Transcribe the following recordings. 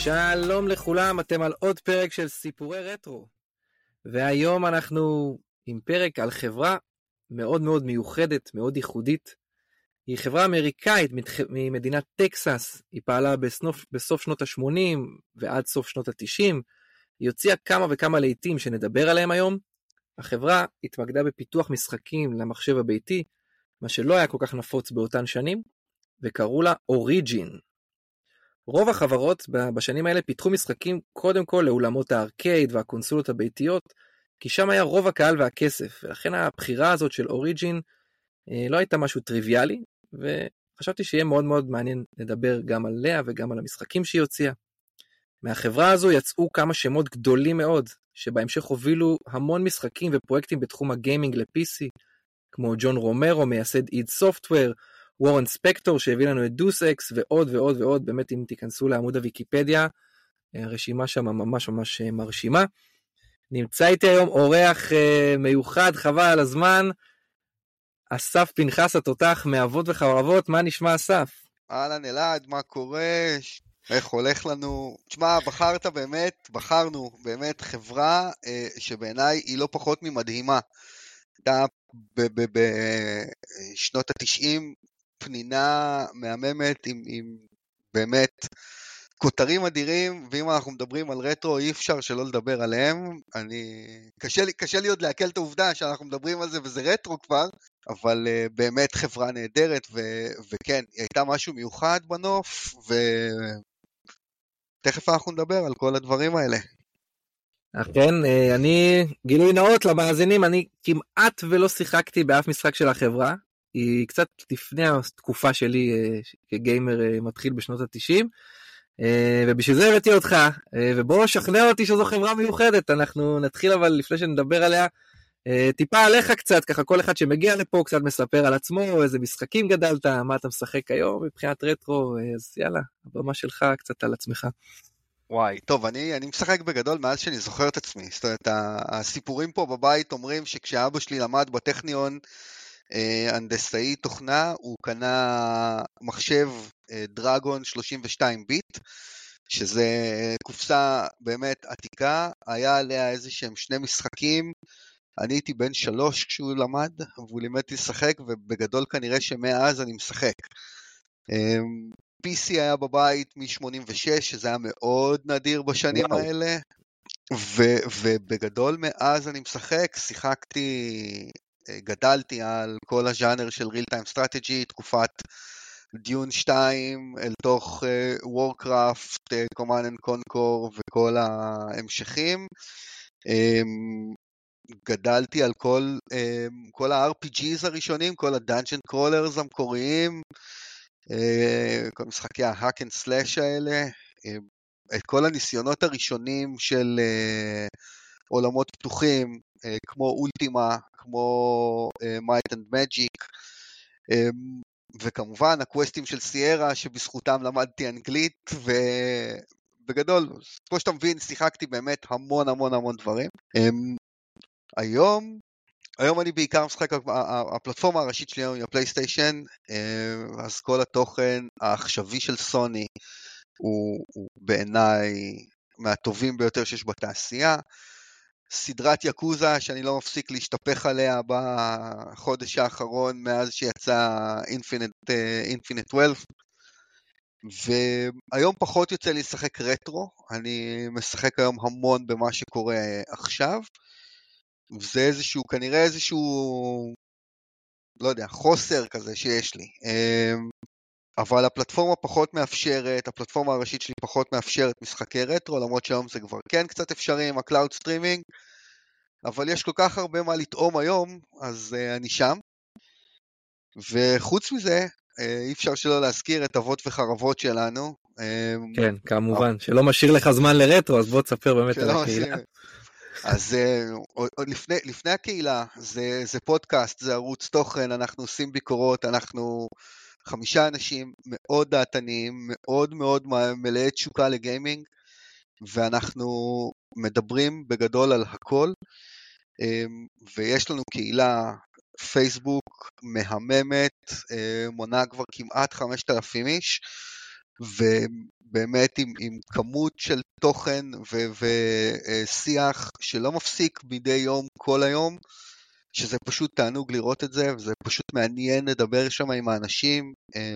שלום לכולם, אתם על עוד פרק של סיפורי רטרו, והיום אנחנו עם פרק על חברה מאוד מאוד מיוחדת, מאוד ייחודית. היא חברה אמריקאית ממדינת טקסס, היא פעלה בסוף שנות ה-80 ועד סוף שנות ה-90, היא הוציאה כמה וכמה לעיתים שנדבר עליהם היום. החברה התמקדה בפיתוח משחקים למחשב הביתי, מה שלא היה כל כך נפוץ באותן שנים, וקראו לה אוריג'ין. רוב החברות בשנים האלה פיתחו משחקים קודם כל לאולמות הארקייד והקונסולות הביתיות, כי שם היה רוב הקהל והכסף, ולכן הבחירה הזאת של אוריג'ין לא הייתה משהו טריוויאלי, וחשבתי שיהיה מאוד מאוד מעניין לדבר גם עליה וגם על המשחקים שהיא הוציאה. מהחברה הזו יצאו כמה שמות גדולים מאוד, שבהמשך הובילו המון משחקים ופרויקטים בתחום הגיימינג ל-PC, כמו ג'ון רומרו מייסד איד סופטוור, וורן ספקטור שהביא לנו את דוס אקס ועוד ועוד ועוד. באמת אם תיכנסו לעמוד הוויקיפדיה, הרשימה שם ממש ממש מרשימה. נמצא איתי היום אורח מיוחד, חבל על הזמן, אסף פנחס התותח מאבות וחרבות. מה נשמע אסף? אהלן אלעד, מה קורה? איך הולך לנו? תשמע, בחרנו באמת חברה שבעיניי היא לא פחות ממדהימה. הייתה בשנות ה-90 פנינה מהממת עם באמת כותרים אדירים, ואם אנחנו מדברים על רטרו אי אפשר שלא לדבר עליהם. קשה לי עוד להקל את העובדה שאנחנו מדברים על זה וזה רטרו כבר, אבל באמת חברה נהדרת, וכן, היא הייתה משהו מיוחד בנוף, ותכף אנחנו נדבר על כל הדברים האלה. אכן, אני גילוי נאות למאזינים, אני כמעט ולא שיחקתי באף משחק של החברה, היא קצת לפני התקופה שלי כגיימר מתחיל בשנות ה-90, ובשביל זה הבאתי אותך, ובוא שכנע אותי שזו חברה מיוחדת. אנחנו נתחיל אבל לפני שנדבר עליה, טיפה עליך קצת, ככה כל אחד שמגיע לפה קצת מספר על עצמו, איזה משחקים גדלת, מה אתה משחק היום מבחינת רטרו, אז יאללה, הבמה שלך קצת על עצמך. וואי, טוב, אני משחק בגדול מאז שאני זוכר את עצמי. זאת אומרת, הסיפורים פה בבית אומרים שכשאבא שלי למד בטכניון הנדסאי תוכנה, הוא קנה מחשב דרגון 32 ביט, שזה קופסה באמת עתיקה, היה עליה איזה שהם שני משחקים, אני הייתי בן 3 כשהוא למד, והוא לימד אותי לשחק, ובגדול כנראה שמאז אני משחק. PC היה בבית מ-86, שזה היה מאוד נדיר בשנים האלה, ובגדול מאז אני משחק, גדלתי על כל הז'אנר של real time strategy, תקופת דיון 2, אל תוך Warcraft, Command and Conquer וכל ההמשכים. גדלתי על כל ה-RPGs הראשונים, כל ה-Dungeon Crawlers המקוריים, כל משחקי ה-Hack and Slash האלה, את כל הניסיונות הראשונים של עולמות פתוחים, כמו אולטימה, כמו Might and Magic, וכמובן הקווסטים של סיירה שבזכותם למדתי אנגלית, ובגדול, כמו שאתה מבין, שיחקתי באמת המון המון המון דברים. היום אני בעיקר משחק, הפלטפורמה הראשית שלי היום היא הפלייסטיישן, אז כל התוכן העכשווי של סוני הוא בעיניי מהטובים ביותר שיש בתעשייה. סדרת יקוזה שאני לא מפסיק להשתפך עליה בחודש האחרון מאז שיצא Infinite Wealth, והיום פחות יוצא לי לשחק רטרו, אני משחק היום המון במה שקורה עכשיו, וזה כנראה איזשהו, לא יודע, חוסר כזה שיש לי. אבל הפלטפורמה פחות מאפשרת, הפלטפורמה הראשית שלי פחות מאפשרת משחקי רטרו, למרות שהיום זה כבר כן קצת אפשרי עם הקלאוד סטרימינג, אבל יש כל כך הרבה מה לטעום היום, אז אני שם. וחוץ מזה, אי אפשר שלא להזכיר את אבות וחרבות שלנו. כן, כמובן, שלא משאיר לך זמן לרטרו, אז בוא תספר באמת על הקהילה. אז לפני הקהילה, זה פודקאסט, זה ערוץ תוכן, אנחנו עושים ביקורות, אנחנו 5 אנשים מאוד דעתניים, מאוד מאוד מלאי תשוקה לגיימינג, ואנחנו מדברים בגדול על הכל, ויש לנו קהילה פייסבוק מהממת, מונה כבר כמעט 5,000 איש, באמת עם כמות של תוכן ושיח שלא מפסיק מדי יום כל היום, שזה פשוט תענוג לראות את זה, וזה פשוט מעניין לדבר שם עם האנשים,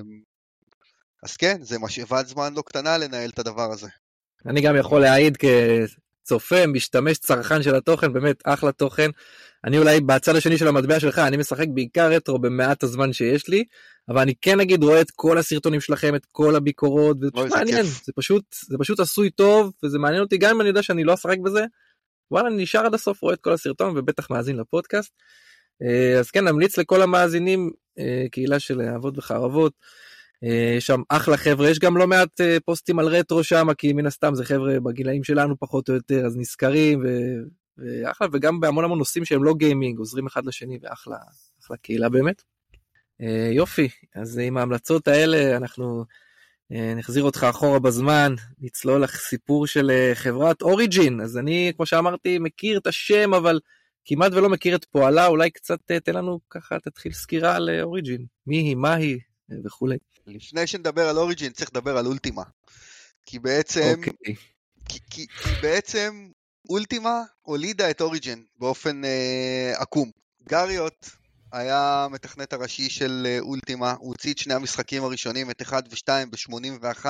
אז כן, זה משאבת זמן לא קטנה לנהל את הדבר הזה. אני גם יכול להעיד כצופה, משתמש, צרכן של התוכן, באמת אחלה תוכן. אני אולי בצד השני של המטבע שלך, אני משחק בעיקר רטרו במעט הזמן שיש לי, אבל אני כן נגיד רואה את כל הסרטונים שלכם, את כל הביקורות, וזה פשוט מעניין, זה פשוט עשוי טוב, וזה מעניין אותי, גם אם אני יודע שאני לא אשחק בזה, וואלה, אני נשאר עד הסוף, רואה את כל הסרטון, ובטח מאזין לפודקאסט. אז כן, נמליץ לכל המאזינים, קהילה של אהבות וחרבות, שם אחלה חבר'ה, יש גם לא מעט פוסטים על רטרו שם, כי מן הסתם זה חבר'ה בגילאים שלנו פחות או יותר, אז נזכרים, ואחלה, וגם בהמון המון נושאים שהם לא גיימינג, עוזרים אחד לשני, ואחלה קהילה באמת. יופי, אז עם ההמלצות האלה, אנחנו נחזיר אותך אחורה בזמן, נצלול לך סיפור של חברת אוריג'ין, אז אני, כמו שאמרתי, מכיר את השם, אבל כמעט ולא מכיר את פועלה, אולי קצת תן לנו ככה, תתחיל סקירה על אוריג'ין, מי היא, מה היא, וכולי. לפני שנדבר על אוריג'ין, צריך לדבר על אולטימה. כי בעצם, כי בעצם אולטימה הולידה את אוריג'ין באופן עקום. גריוט היה מתכנת הראשי של אולטימה, הוא הוציא את שני המשחקים הראשונים, את 1 ו-2 ב-81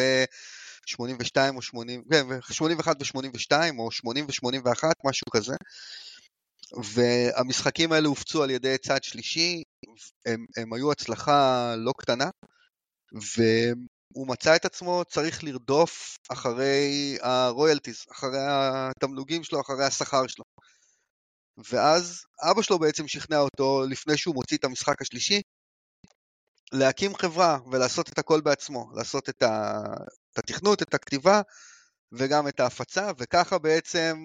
ו-82 או 80, כן, 81 ו-82 או 80 ו-81, משהו כזה. והמשחקים האלה הופצו על ידי צד שלישי, הם היו הצלחה לא קטנה, והוא מצא את עצמו צריך לרדוף אחרי הרויאלטיז, אחרי התמלוגים שלו, אחרי השכר שלו. ואז אבא שלו בעצם שכנע אותו, לפני שהוא מוציא את המשחק השלישי, להקים חברה ולעשות את הכל בעצמו, לעשות את התכנות, את הכתיבה, וגם את ההפצה, וככה בעצם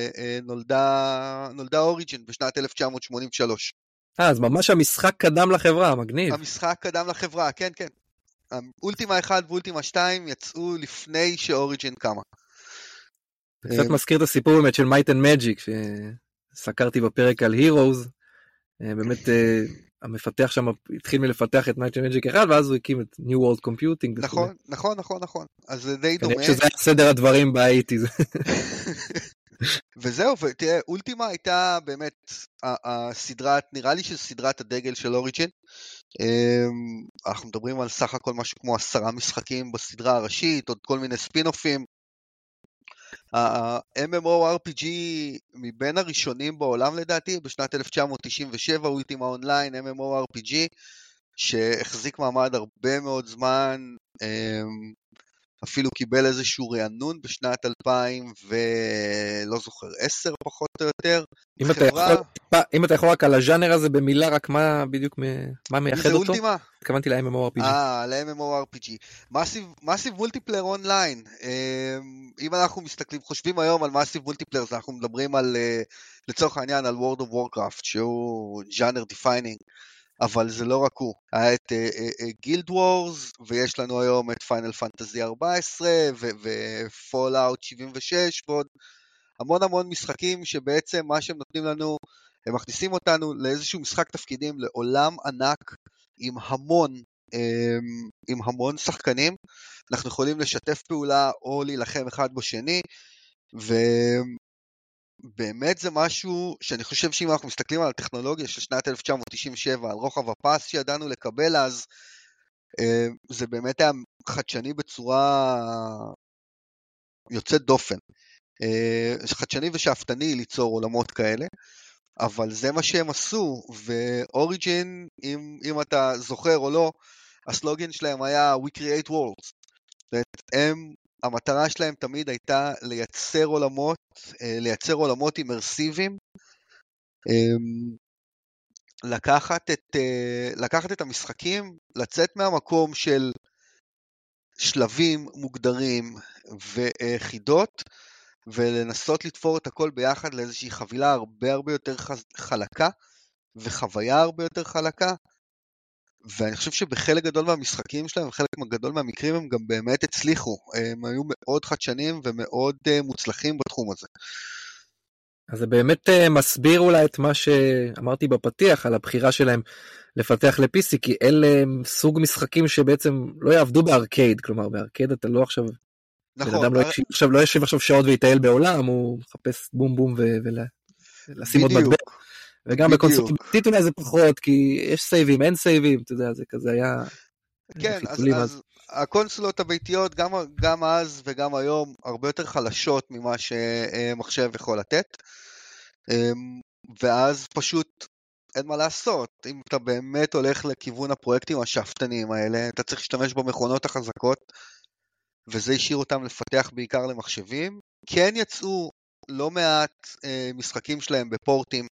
נולדה אוריג'ין בשנת 1983. אז ממש המשחק קדם לחברה, מגניב. המשחק קדם לחברה, כן, כן. אולטימה 1 ואולטימה 2 יצאו לפני שאוריג'ין קמה. קצת מזכיר את הסיפור באמת של מייט אנד מג'יק, שסקרתי בפרק על הירוז, באמת המפתח שם התחיל מלפתח את מייט אנד מג'יק 1, ואז הוא הקים את New World Computing. נכון, נכון, נכון, נכון. אז זה די דומה. שזה היה סדר הדברים באיטי. וזהו, ותראה, אולטימה הייתה באמת הסדרת, נראה לי שסדרת הדגל של אוריג'ין. אנחנו מדברים על סך הכל משהו כמו 10 משחקים בסדרה הראשית, עוד כל מיני ספין-אופים. ה-MMORPG מבין הראשונים בעולם לדעתי, בשנת 1997, אולטימה אונליין, MMORPG, שהחזיק מעמד הרבה מאוד זמן, אפילו קיבל איזשהו רענון בשנת 2000 ולא זוכר 10 פחות או יותר. אם אתה יכול רק על הז'אנר הזה במילה, רק מה בדיוק, מה מייחד אותו? אולטימה? התכוונתי ל-MMORPG. ל-MMORPG. Massive Multiplayer Online. אם אנחנו מסתכלים, חושבים היום על Massive Multiplayer, אנחנו מדברים על, לצורך העניין, על World of Warcraft, שהוא genre defining. אבל זה לא רק הוא, היה את גילד וורס, ויש לנו היום את פיינל פנטזי 14, ופולאאוט 76, ועוד המון המון משחקים שבעצם מה שהם נותנים לנו, הם מכניסים אותנו לאיזשהו משחק תפקידים, לעולם ענק עם המון שחקנים, אנחנו יכולים לשתף פעולה או להילחם אחד בשני, באמת זה משהו שאני חושב שאם אנחנו מסתכלים על הטכנולוגיה של שנת 1997, על רוחב הפס שידענו לקבל אז, זה באמת היה חדשני בצורה יוצאת דופן. חדשני ושאפתני ליצור עולמות כאלה, אבל זה מה שהם עשו, ואוריג'ין, אם אתה זוכר או לא, הסלוגן שלהם היה We Create Worlds. המטרה שלהם תמיד הייתה לייצר עולמות אימרסיביים, לקחת את המשחקים, לצאת מהמקום של שלבים מוגדרים וחידות, ולנסות לתפור את הכל ביחד לאיזושהי חבילה הרבה יותר חלקה, וחוויה הרבה יותר חלקה, ואני חושב שבחלק גדול מהמשחקים שלהם, וחלק גדול מהמקרים הם גם באמת הצליחו, הם היו מאוד חדשנים ומאוד מוצלחים בתחום הזה. אז זה באמת מסביר אולי את מה שאמרתי בפתיח, על הבחירה שלהם לפתח ל-PC, כי אלה סוג משחקים שבעצם לא יעבדו בארקייד, כלומר בארקייד אתה לא עכשיו, בן נכון, אדם לא יושב עכשיו שעות ויטייל בעולם, הוא מחפש בום בום ולשים עוד מטבע, בדיוק, וגם בקונסולה בדיוק. ביתית אולי זה פחות, כי יש סייבים, אין סייבים, אתה יודע, זה כזה היה כן, חיתולים אז. אז הקונסולות הביתיות, גם אז וגם היום, הרבה יותר חלשות ממה שמחשב יכול לתת, ואז פשוט אין מה לעשות. אם אתה באמת הולך לכיוון הפרויקטים השאפתניים האלה, אתה צריך להשתמש במכונות החזקות, וזה השאיר אותם לפתח בעיקר למחשבים. כן יצאו לא מעט משחקים שלהם בפורטים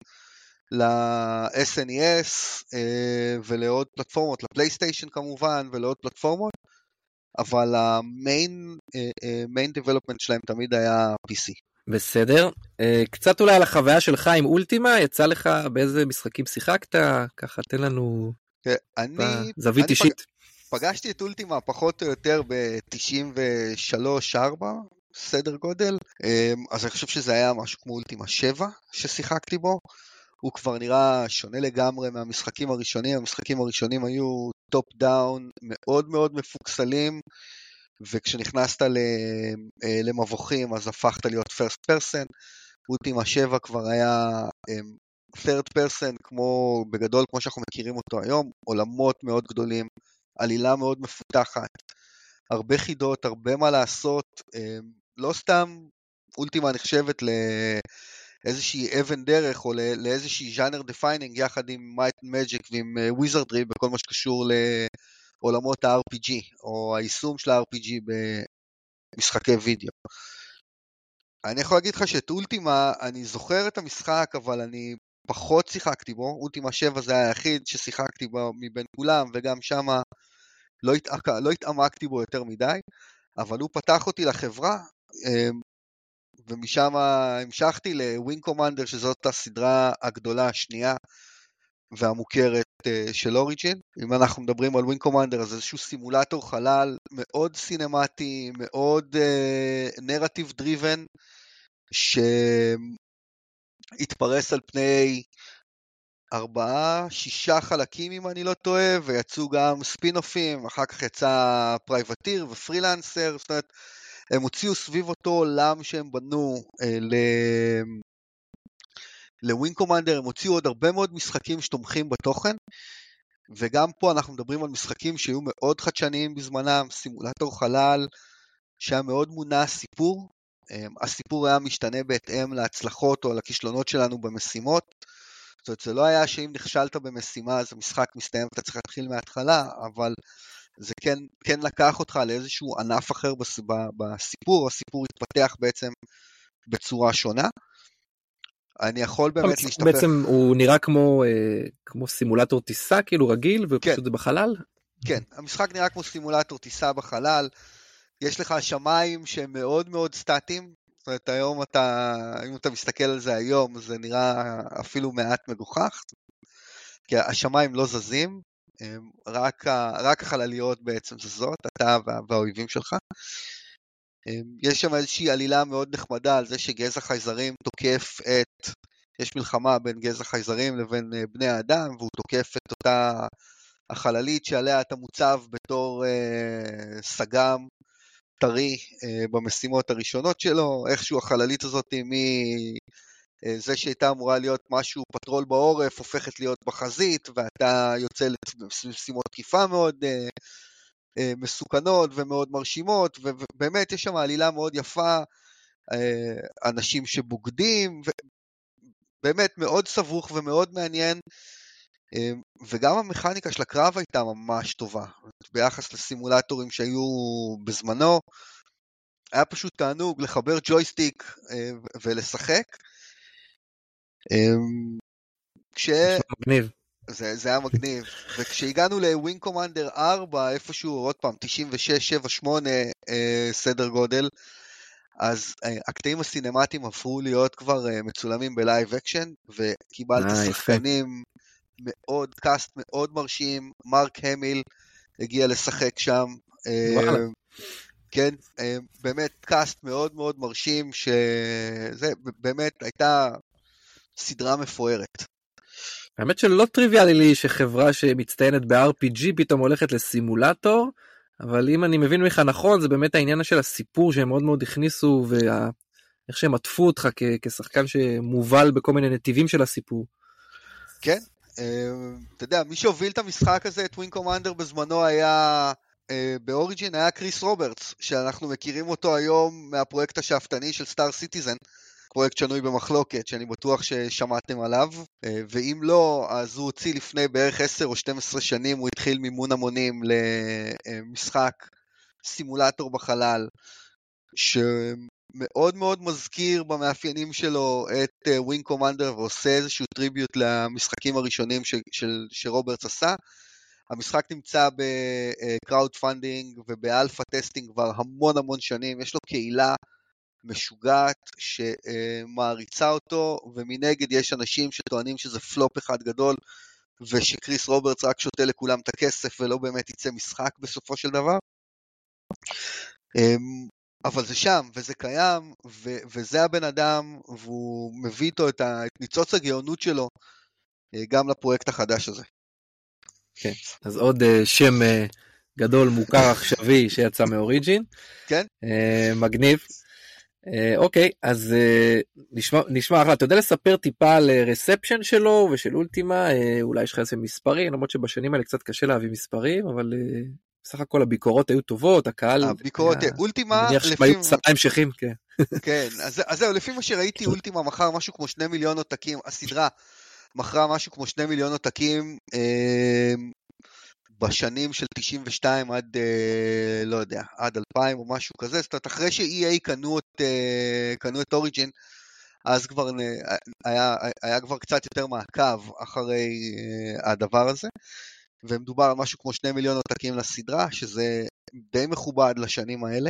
ל-SNES ולעוד פלטפורמות, לפלייסטיישן כמובן ולעוד פלטפורמות, אבל המיין development שלהם תמיד היה PC. בסדר, קצת אולי על החוויה שלך עם אולטימה, יצא לך באיזה משחקים שיחקת, ככה תן לנו זווית אני אישית. פגשתי את אולטימה פחות או יותר ב-93-4, סדר גודל, אז אני חושב שזה היה משהו כמו אולטימה 7 ששיחקתי בו. הוא כבר נראה שונה לגמרי מהמשחקים הראשונים. המשחקים הראשונים היו טופ דאון, מאוד מאוד מפוקסלים, וכשנכנסת למבוכים אז הפכת להיות first person. אולטימה 7 כבר היה third person, בגדול כמו שאנחנו מכירים אותו היום, עולמות מאוד גדולים, עלילה מאוד מפותחת, הרבה חידות, הרבה מה לעשות, לא סתם אולטימה נחשבת לאיזושהי אבן דרך, או לאיזושהי ז'אנר דפיינינג, יחד עם Might and Magic ועם Wizardry, בכל מה שקשור לעולמות ה-RPG, או היישום של ה-RPG במשחקי וידאו. אני יכול להגיד לך שאת אולטימה, אני זוכר את המשחק, אבל אני פחות שיחקתי בו. אולטימה 7 זה היה היחיד ששיחקתי בו מבין כולם, וגם שם לא התעמקתי בו יותר מדי, אבל הוא פתח אותי לחברה, ומשם המשכתי לווינג קומנדר, שזאת הסדרה הגדולה השנייה והמוכרת של אוריג'ין. אם אנחנו מדברים על ווינג קומנדר, אז איזשהו סימולטור חלל מאוד סינמטי, מאוד נרטיב דריבן, שהתפרס על פני 4-6 חלקים אם אני לא טועה, ויצאו גם ספינופים, אחר כך יצא פרייבטיר ופרילנסר, זאת אומרת, הם הוציאו סביב אותו עולם שהם בנו לווינג קומנדר, הם הוציאו עוד הרבה מאוד משחקים שתומכים בתוכן, וגם פה אנחנו מדברים על משחקים שהיו מאוד חדשניים בזמנם, סימולטור חלל שהיה מאוד מונע סיפור, הסיפור היה משתנה בהתאם להצלחות או לכישלונות שלנו במשימות, זאת אומרת, זה לא היה שאם נכשלת במשימה אז המשחק מסתיים ואתה צריך להתחיל מההתחלה, אבל זה כן לקח אותך לאיזשהו ענף אחר בסיפור, הסיפור התפתח בעצם בצורה שונה. אני יכול באמת להשתפך. בעצם הוא נראה כמו סימולטור טיסה, כאילו רגיל, ופשוט זה בחלל? כן, המשחק נראה כמו סימולטור טיסה בחלל, יש לך שמיים שהם מאוד מאוד סטטיים, זאת אומרת היום אם אתה מסתכל על זה היום, זה נראה אפילו מעט מגוחך, כי השמיים לא זזים, רק החלליות בעצם זזות, אתה והאויבים שלך. יש שם איזושהי עלילה מאוד נחמדה על זה שגזע חייזרים תוקף יש מלחמה בין גזע חייזרים לבין בני האדם, והוא תוקף את אותה החללית שעליה אתה מוצב בתור סגם טרי במשימות הראשונות שלו. איכשהו החללית הזאת זה שהייתה אמורה להיות משהו פטרול בעורף, הופכת להיות בחזית, ואתה יוצא למשימות תקיפה מאוד מסוכנות ומאוד מרשימות, ובאמת יש שם עלילה מאוד יפה, אנשים שבוגדים, באמת מאוד סבוך ומאוד מעניין, וגם המכניקה של הקרב הייתה ממש טובה, ביחס לסימולטורים שהיו בזמנו, היה פשוט תענוג לחבר ג'ויסטיק ולשחק. מגניב. זה היה מגניב, וכשהגענו לווינג קומנדר 4, איפשהו עוד פעם 96, 7, 8 סדר גודל, אז הקטעים הסינמטיים עברו להיות כבר מצולמים בלייב אקשן, וקיבלת שחקנים מאוד, קאסט מאוד מרשים, מרק המיל הגיע לשחק שם, כן, באמת קאסט מאוד מאוד מרשים, שזה באמת הייתה סדרה מפוארת. האמת שלא טריוויאלי לי שחברה שמצטיינת ב-RPG פתאום הולכת לסימולטור, אבל אם אני מבין ממך נכון, זה באמת העניין של הסיפור שהם מאוד מאוד הכניסו, ואיך שהם עטפו אותך כשחקן שמובל בכל מיני נתיבים של הסיפור. כן, אתה יודע, מי שהוביל את המשחק הזה, את ווינג קומנדר בזמנו היה, באוריג'ין היה קריס רוברטס, שאנחנו מכירים אותו היום מהפרויקט השאפתני של סטאר סיטיזן, פרויקט שנוי במחלוקת, שאני בטוח ששמעתם עליו, ואם לא, אז הוא הוציא לפני בערך 10 או 12 שנים, הוא התחיל מימון המונים למשחק סימולטור בחלל, שמאוד מאוד מזכיר במאפיינים שלו את ווינג קומנדר, ועושה איזשהו טריביוט למשחקים הראשונים שרוברטס עשה. המשחק נמצא בקראוד פנדינג ובאלפא טסטינג כבר המון המון שנים, יש לו קהילה משוגעת שמעריצה אותו, ומנגד יש אנשים שטוענים שזה פלופ אחד גדול, ושקריס רוברטס רק שותה לכולם את הכסף, ולא באמת יצא משחק בסופו של דבר. אבל זה שם, וזה קיים, וזה הבן אדם, והוא מביא איתו את ניצוץ הגאונות שלו, גם לפרויקט החדש הזה. כן, אז עוד שם גדול, מוכר, עכשווי, שיצא מאוריג'ין. כן. מגניב. אוקיי, אז נשמע אחלה. אתה יודע לספר טיפה על רספשן שלו ושל אולטימה? אולי יש לך איזה מספרים, למרות שבשנים האלה קצת קשה להביא מספרים, אבל בסך הכל הביקורות היו טובות, הקהל... הביקורות, אולטימה... אני מניח שהיו צרה המשכים, כן. כן, אז זהו, לפי מה שראיתי, אולטימה מכר משהו כמו 2 מיליון עותקים, הסדרה מכרה משהו כמו 2 מיליון עותקים, בשנים של 92 עד, לא יודע, עד 2000 או משהו כזה, זאת אומרת, אחרי ש-EA קנו את אוריג'ין, אז כבר היה כבר קצת יותר מעקב אחרי הדבר הזה, ומדובר על משהו כמו 2 מיליון עותקים לסדרה, שזה די מכובד לשנים האלה.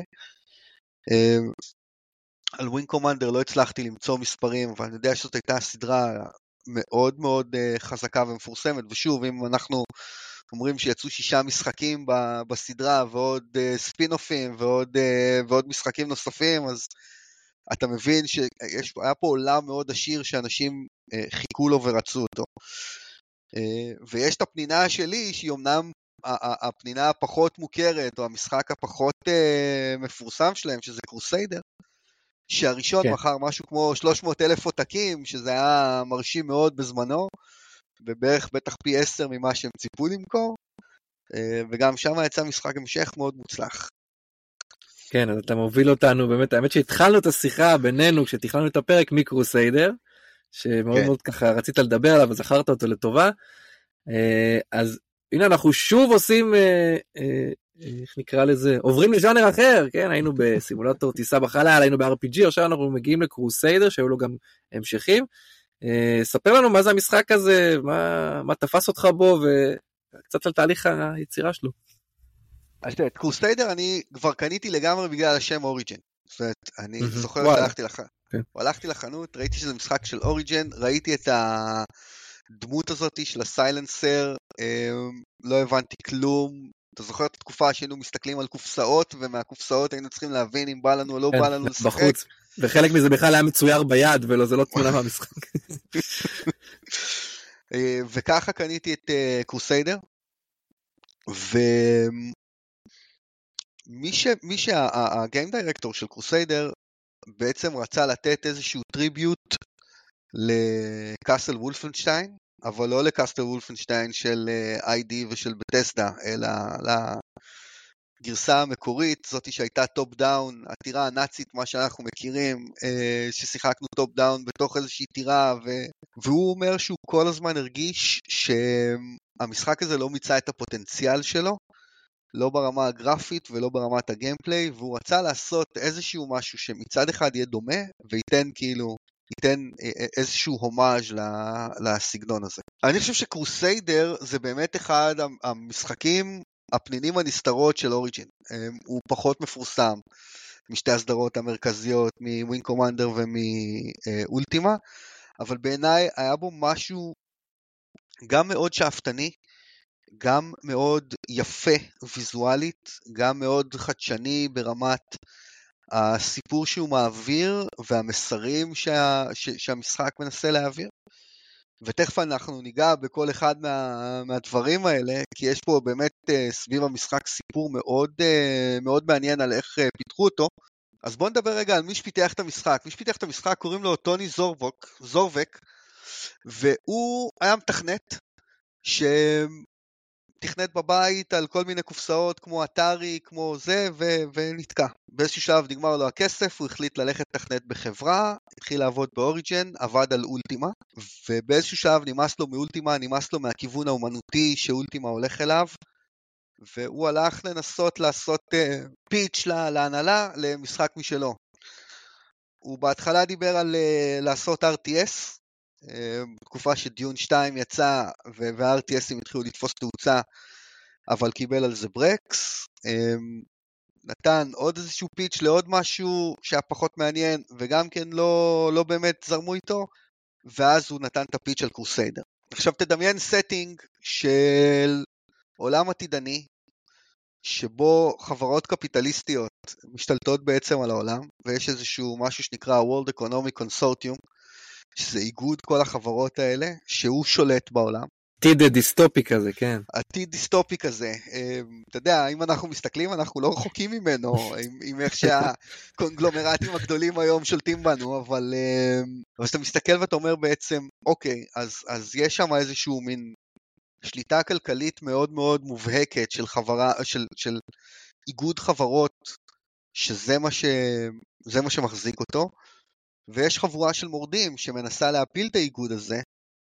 על ווינג קומנדר לא הצלחתי למצוא מספרים, אבל אני יודע שזאת הייתה סדרה מאוד מאוד חזקה ומפורסמת, ושוב, אם אנחנו אומרים שיצאו 6 משחקים בסדרה, ועוד ספינופים, ועוד משחקים נוספים, אז אתה מבין שהיה פה עולם מאוד עשיר, שאנשים חיכו לו ורצו אותו. ויש את הפנינה שלי, שהיא אמנם הפנינה הפחות מוכרת, או המשחק הפחות מפורסם שלהם, שזה קרוסיידר, שהראשון מכר משהו כמו 300,000 עותקים, שזה היה מרשים מאוד בזמנו, ובערך בטח פי 10 ממה שהם ציפו למכור, וגם שם יצא משחק המשך מאוד מוצלח. כן, אז אתה מוביל אותנו, באמת, האמת שהתחלנו את השיחה בינינו, כשתכננו את הפרק מקרוסיידר, שמאוד מאוד ככה רצית לדבר עליו, וזכרת אותו לטובה, אז הנה אנחנו שוב עושים, איך נקרא לזה, עוברים לז'אנר אחר, כן, היינו בסימולטור טיסה בחלל, היינו ב-RPG, עכשיו אנחנו מגיעים לקרוסיידר, שהיו לו גם המשכים, ספר לנו מה זה המשחק הזה, מה תפס אותך בו, וקצת על תהליך היצירה שלו. אז את קרוסיידר אני כבר קניתי לגמרי בגלל השם אוריג'ין, זאת אומרת, אני זוכר הלכתי לחנות, ראיתי שזה משחק של אוריג'ין, ראיתי את הדמות הזאת של הסיילנסר, לא הבנתי כלום, אתה זוכר את התקופה שהיינו מסתכלים על קופסאות, ומהקופסאות היינו צריכים להבין אם בא לנו או לא בא לנו לשחק. בחוץ, וחלק מזה בכלל היה מצויר ביד, וזה לא תמונה מהמשחק. וככה קניתי את קרוסיידר, ומי שהגיים דירקטור של קרוסיידר, בעצם רצה לתת איזשהו טריביוט לקאסל וולפנשטיין, אבל לא לקאסל וולפנשטיין של ID ושל בטסדה, אלא לגרסה המקורית, זאת שהייתה טופ דאון, הטירה הנאצית, מה שאנחנו מכירים, ששיחקנו טופ דאון בתוך איזושהי טירה, והוא אומר שהוא כל הזמן הרגיש שהמשחק הזה לא מיצה את הפוטנציאל שלו, לא ברמה הגרפית ולא ברמת הגיימפליי, והוא רצה לעשות איזשהו משהו שמצד אחד יהיה דומה, וייתן איזשהו הומאז' לסגנון הזה. אני חושב שקרוסיידר זה באמת אחד המשחקים הפנינים הנסתרות של אוריג'ין. הוא פחות מפורסם משתי הסדרות המרכזיות, מווינג קומנדר ומאולטימה, אבל בעיניי היה בו משהו גם מאוד שאפתני, גם מאוד יפה ויזואלית, גם מאוד חדשני ברמת הסיפור שהוא מעביר והמסרים שהמשחק מנסה להעביר. ותכף אנחנו ניגע בכל אחד מהדברים האלה, כי יש פה באמת סביב המשחק סיפור מאוד, מאוד מעניין על איך פיתחו אותו. אז בואו נדבר רגע על מי שפיתח את המשחק. מי שפיתח את המשחק קוראים לו טוני זורבק, והוא היה מתכנת שתכנת בבית על כל מיני קופסאות כמו אתרי, כמו זה, ונתקע. באיזשהו שלב נגמר לו הכסף, הוא החליט ללכת לתכנת בחברה, התחיל לעבוד באוריג'ן, עבד על אולטימה, ובאיזשהו שלב נמאס לו מאולטימה, נמאס לו מהכיוון האומנותי שאולטימה הולך אליו, והוא הלך לנסות לעשות פיץ' להנהלה למשחק משלו. הוא בהתחלה דיבר על לעשות RTS, תקופה שדיון 2 יצא וה-RTSים התחילו לתפוס תאוצה, אבל קיבל על זה ברקס, נתן עוד איזשהו פיץ' לעוד משהו שהיה פחות מעניין, וגם כן לא באמת זרמו איתו, ואז הוא נתן את הפיץ' על קרוסיידר. עכשיו תדמיין סטינג של עולם עתידני, שבו חברות קפיטליסטיות משתלטות בעצם על העולם, ויש איזשהו משהו שנקרא World Economic Consortium, שזה איגוד כל החברות האלה, שהוא שולט בעולם. עתיד דיסטופי כזה, כן. עתיד דיסטופי כזה. אתה יודע, אם אנחנו מסתכלים, אנחנו לא רחוקים ממנו, עם איך שהקונגלומרטים הגדולים היום שולטים בנו, אבל אתה מסתכל ואתה אומר בעצם, אוקיי, אז יש שם איזשהו מין שליטה כלכלית מאוד מאוד מובהקת של איגוד חברות, שזה מה שמחזיק אותו, ויש חבורה של מורדים שמנסה להפיל את האיגוד הזה,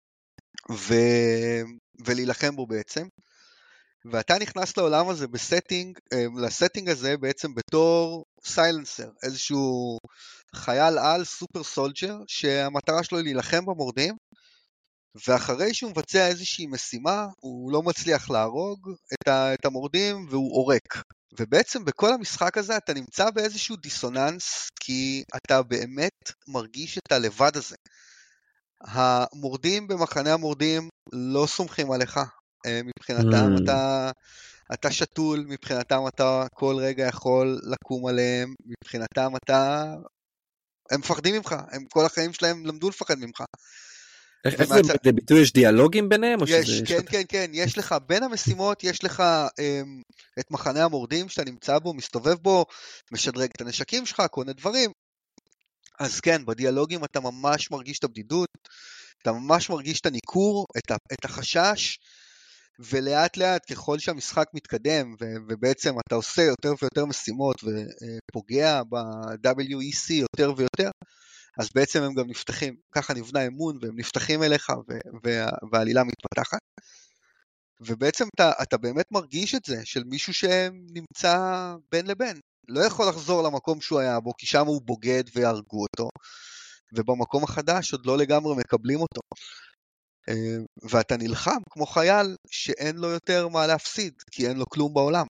ולהילחם בו בעצם, ואתה נכנס לעולם הזה לסטינג הזה בעצם בתור סיילנסר, איזשהו חייל על סופר סולג'ר, שהמטרה שלו היא להילחם במורדים, ואחרי שהוא מבצע איזושהי משימה, הוא לא מצליח להרוג את המורדים, והוא עורק. ובעצם בכל המשחק הזה אתה נמצא באיזשהו דיסוננס, כי אתה באמת מרגיש את הלבד הזה. המורדים במחנה המורדים לא סומכים עליך, מבחינתם אתה שתול, מבחינתם אתה כל רגע יכול לקום עליהם, מבחינתם הם מפחדים ממך, הם כל החיים שלהם למדו לפחד ממך. איך זה ביטוי, יש דיאלוגים ביניהם? כן, יש לך בין המשימות, יש לך את מחנה המורדים שאתה נמצא בו, מסתובב בו, משדרג את הנשקים שלך, כל מיני דברים. אז כן, בדיאלוגים אתה ממש מרגיש את הבדידות, אתה ממש מרגיש את הניכור, את החשש, ולאט לאט ככל שהמשחק מתקדם, ובעצם אתה עושה יותר ויותר משימות, ופוגע ב-WEC יותר ויותר, אז בעצם הם גם נפתחים, ככה נבנה אמון, והם נפתחים אליך, והעלילה מתפתחת. ובעצם אתה באמת מרגיש את זה, של מישהו שנמצא בין לבין. לא יכול לחזור למקום שהוא היה בו, כי שם הוא בוגד והרגו אותו, ובמקום החדש עוד לא לגמרי מקבלים אותו. ואתה נלחם כמו חייל שאין לו יותר מה להפסיד, כי אין לו כלום בעולם.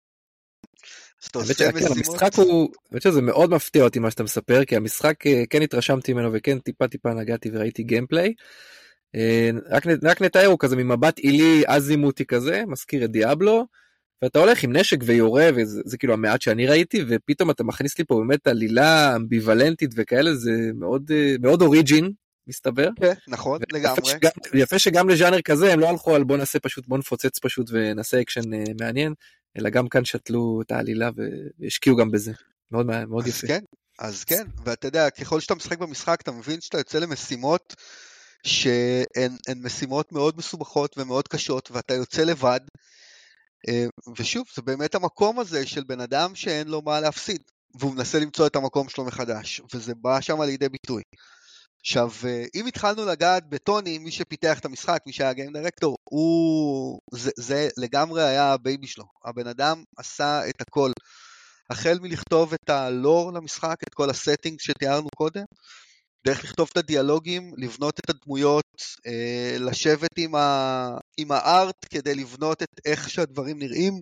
המשחק הוא, זה מאוד מפתיע אותי מה שאתה מספר, כי המשחק כן התרשמתי ממנו וכן טיפה נגעתי וראיתי גיימפליי. רק נתאר, הוא כזה ממבט עילי אזימותי כזה, מזכיר את דיאבלו, ואתה הולך עם נשק ויורה, וזה כאילו המעט שאני ראיתי, ופתאום אתה מכניס לי פה באמת עלילה אמביוולנטית וכאלה, זה מאוד, מאוד אוריג'ין, מסתבר. כן, נכון, לגמרי. יפה שגם לז'אנר כזה, הם לא הלכו על בוא נפוצץ פשוט ונעשה אקשן מעניין, אלא גם כאן שתלו את העלילה והשקיעו גם בזה. מאוד, מאוד יפה. אז כן, ואתה יודע, ככל שאתה משחק במשחק, אתה מבין שאתה יוצא למשימות שהן משימות מאוד מסובכות ומאוד קשות, ואתה יוצא לבד, ושוב, זה באמת המקום הזה של בן אדם שאין לו מה להפסיד, והוא מנסה למצוא את המקום שלו מחדש, וזה בא שם לידי ביטוי. עכשיו, אם התחלנו לגעת בטוני, מי שפיתח את המשחק, מי שהיה גיים דירקטור, זה לגמרי היה הבייבי שלו. הבן אדם עשה את הכל, החל מלכתוב את הלור למשחק, את כל הסטינג שתיארנו קודם, דרך לכתוב את הדיאלוגים, לבנות את הדמויות, לשבת עם הארט כדי לבנות את איך שהדברים נראים,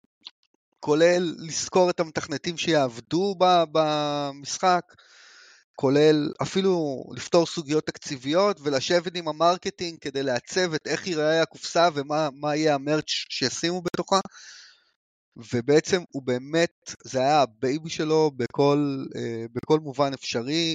כולל לזכור את המתכנתים שיעבדו במשחק, כולל אפילו לפתור סוגיות תקציביות ולשבת עם המרקטינג כדי לעצב את איך ייראה הקופסה ומה יהיה המרץ' שישימו בתוכה, ובעצם הוא באמת, זה היה הבייבי שלו בכל מובן אפשרי,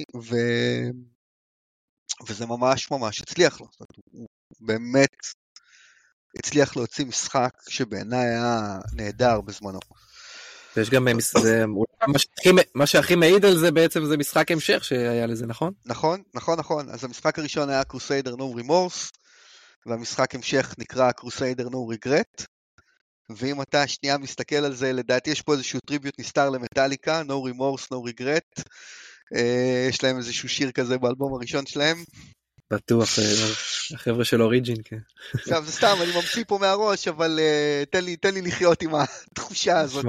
וזה ממש ממש הצליח לו, הוא באמת הצליח להוציא משחק שבעיניי היה נהדר בזמנו. ויש גם מה שהכי מעיד על זה בעצם זה משחק המשך שהיה לזה, נכון? נכון. אז המשחק הראשון היה Crusader No Remorse, והמשחק המשך נקרא Crusader No Regret, ואם אתה שנייה מסתכל על זה, לדעתי יש פה איזשהו טריביוט נסתר למטליקה, No Remorse No Regret, יש להם איזשהו שיר כזה באלבום הראשון שלהם. בטוח, החבר'ה של אוריג'ין, כן. עכשיו, זה סתם, אני ממציא פה מהראש, אבל תן לי לחיות עם התחושה הזאת.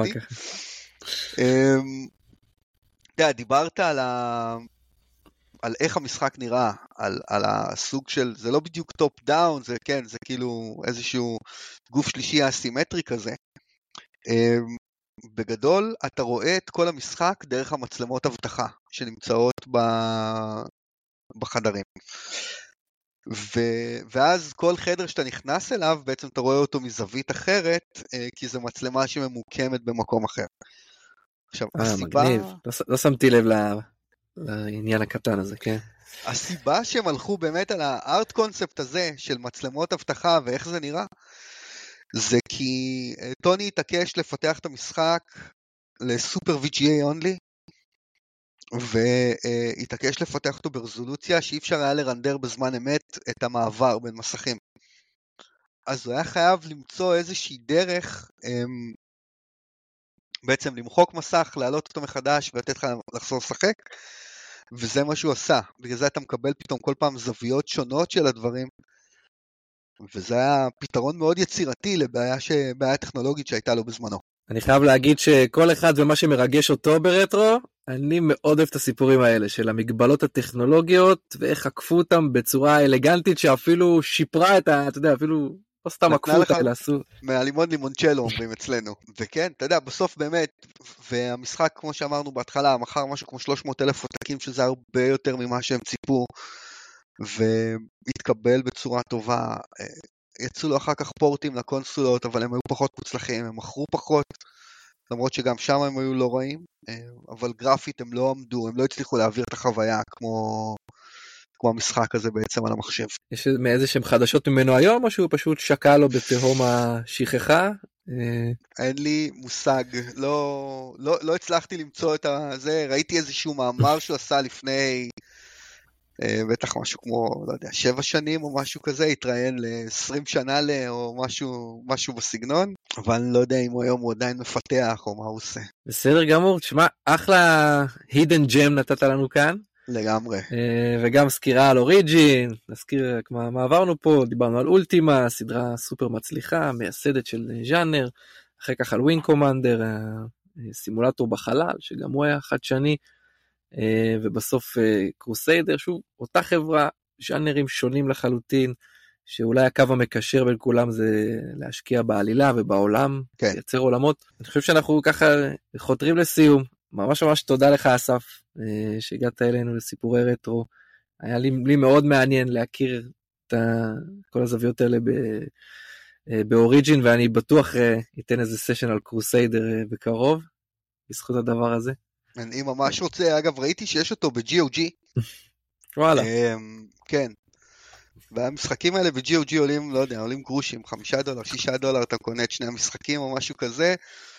דיברת על איך המשחק נראה, על הסוג של, זה לא בדיוק טופ דאון, זה כן, זה כאילו איזשהו גוף שלישי אסימטרי כזה. בגדול, אתה רואה את כל המשחק דרך המצלמות אבטחה, שנמצאות בחדרים. ואז כל חדר שאתה נכנס אליו, בעצם אתה רואה אותו מזווית אחרת, כי זו מצלמה שממוקמת במקום אחר. עכשיו, הסיבה... מגניב, לא שמתי לב לעניין הקטן הזה, כן. הסיבה שהם הלכו באמת על הארט קונספט הזה, של מצלמות אבטחה ואיך זה נראה, זה כי טוני התעקש לפתח את המשחק לסופר VGA only, והתעקש לפתח אותו ברזולוציה שאי אפשר היה לרנדר בזמן אמת את המעבר בין מסכים. אז הוא היה חייב למצוא איזושהי דרך בעצם למחוק מסך, להעלות אותו מחדש ולתת לך לחזור לשחק, וזה מה שהוא עשה. בגלל זה אתה מקבל פתאום כל פעם זוויות שונות של הדברים, וזה היה פתרון מאוד יצירתי לבעיה טכנולוגית שהייתה לו בזמנו. אני חייב להגיד שכל אחד ומה שמרגש אותו ברטרו, אני מאוד אוהב את הסיפורים האלה של המגבלות הטכנולוגיות, ואיך עקפו אותם בצורה אלגנטית שאפילו שיפרה את אתה יודע, אפילו לא סתם עקפו אותם, אלא עשו. מהלימון לימונצ'לו אומרים אצלנו. וכן, אתה יודע, בסוף באמת, והמשחק כמו שאמרנו בהתחלה, מחר משהו כמו 300,000 עותקים, שזה הרבה יותר ממה שהם ציפו, והתקבל בצורה טובה. יצאו לו אחר כך פורטים לקונסולות, אבל הם היו פחות מוצלחים, הם מכרו פחות, למרות שגם שם הם היו לא רעים, אבל גרפית הם לא עמדו, הם לא הצליחו להעביר את החוויה כמו המשחק הזה בעצם על המחשב. יש מאיזה שהם חדשות ממנו היום, או שהוא פשוט שקע לו בתהום השכחה? אין לי מושג, לא הצלחתי למצוא את זה, ראיתי איזשהו מאמר שהוא עשה לפני... בטח משהו כמו, לא יודע, 7 שנים או משהו כזה, התראיין ל-20 שנה או משהו בסגנון, אבל אני לא יודע אם היום הוא עדיין מפתח או מה הוא עושה. בסדר גמור, תשמע, אחלה hidden gem נתת לנו כאן. לגמרי. וגם סקירה על אוריג'ין, נזכיר מה עברנו פה, דיברנו על אולטימה, סדרה סופר מצליחה, מייסדת של ז'אנר, אחרי כך על ווינג קומנדר, סימולטור בחלל, שגם הוא היה חדשני, ובסוף קרוסיידר, שוב, אותה חברה, ז'אנרים שונים לחלוטין, שאולי הקו המקשר בין כולם זה להשקיע בעלילה ובעולם, כן. לייצר עולמות. אני חושב שאנחנו ככה חותרים לסיום, ממש ממש תודה לך אסף, שהגעת אלינו לסיפורי רטרו, היה לי מאוד מעניין להכיר את כל הזוויות האלה באוריג'ין, ואני בטוח ייתן איזה סשן על קרוסיידר בקרוב, בזכות הדבר הזה. אני ממש רוצה, אגב ראיתי שיש אותו ב-GOG. וואלה. כן. והמשחקים האלה ב-GOG עולים, לא יודע, עולים גרושים, $5, $6, אתה קונה את שני המשחקים או משהו כזה,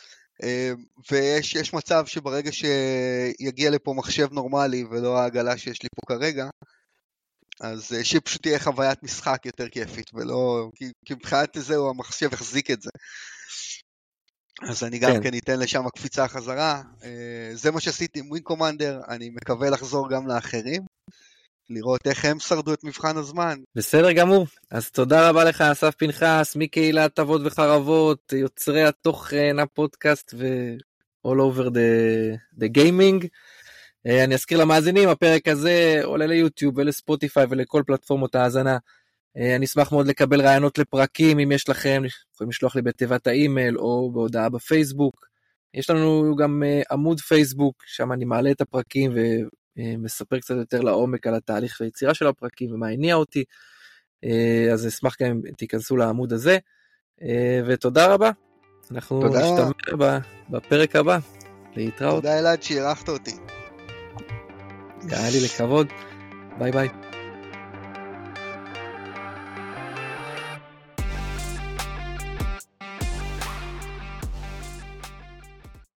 ויש מצב שברגע שיגיע לפה מחשב נורמלי, ולא העגלה שיש לי פה כרגע, אז שפשוט תהיה חוויית משחק יותר כיפית, ולא, כי מבחינת זהו המחשב החזיק את זה. אז אני גם כן אתן לשם הקפיצה חזרה, זה מה שעשיתי עם ווינג קומנדר, אני מקווה לחזור גם לאחרים, לראות איך הם שרדו את מבחן הזמן. בסדר גמור, אז תודה רבה לך אסף פנחס, מקהילת אבות וחרבות, יוצרי התוכן, הפודקאסט ו-all over the gaming. אני אזכיר למאזינים, הפרק הזה עולה ליוטיוב ולספוטיפיי ולכל פלטפורמות ההאזנה. אני אשמח מאוד לקבל רעיונות לפרקים, אם יש לכם, יכולים לשלוח לי בתיבת האימייל או בהודעה בפייסבוק. יש לנו גם עמוד פייסבוק, שם אני מעלה את הפרקים מספר קצת יותר לעומק על התהליך והיצירה של הפרקים ומה הניע אותי, אז אשמח גם אם תיכנסו לעמוד הזה, ותודה רבה, אנחנו נשתמע בפרק הבא, להתראות. תודה אלעד שאירחת אותי. היה לי לכבוד, ביי ביי.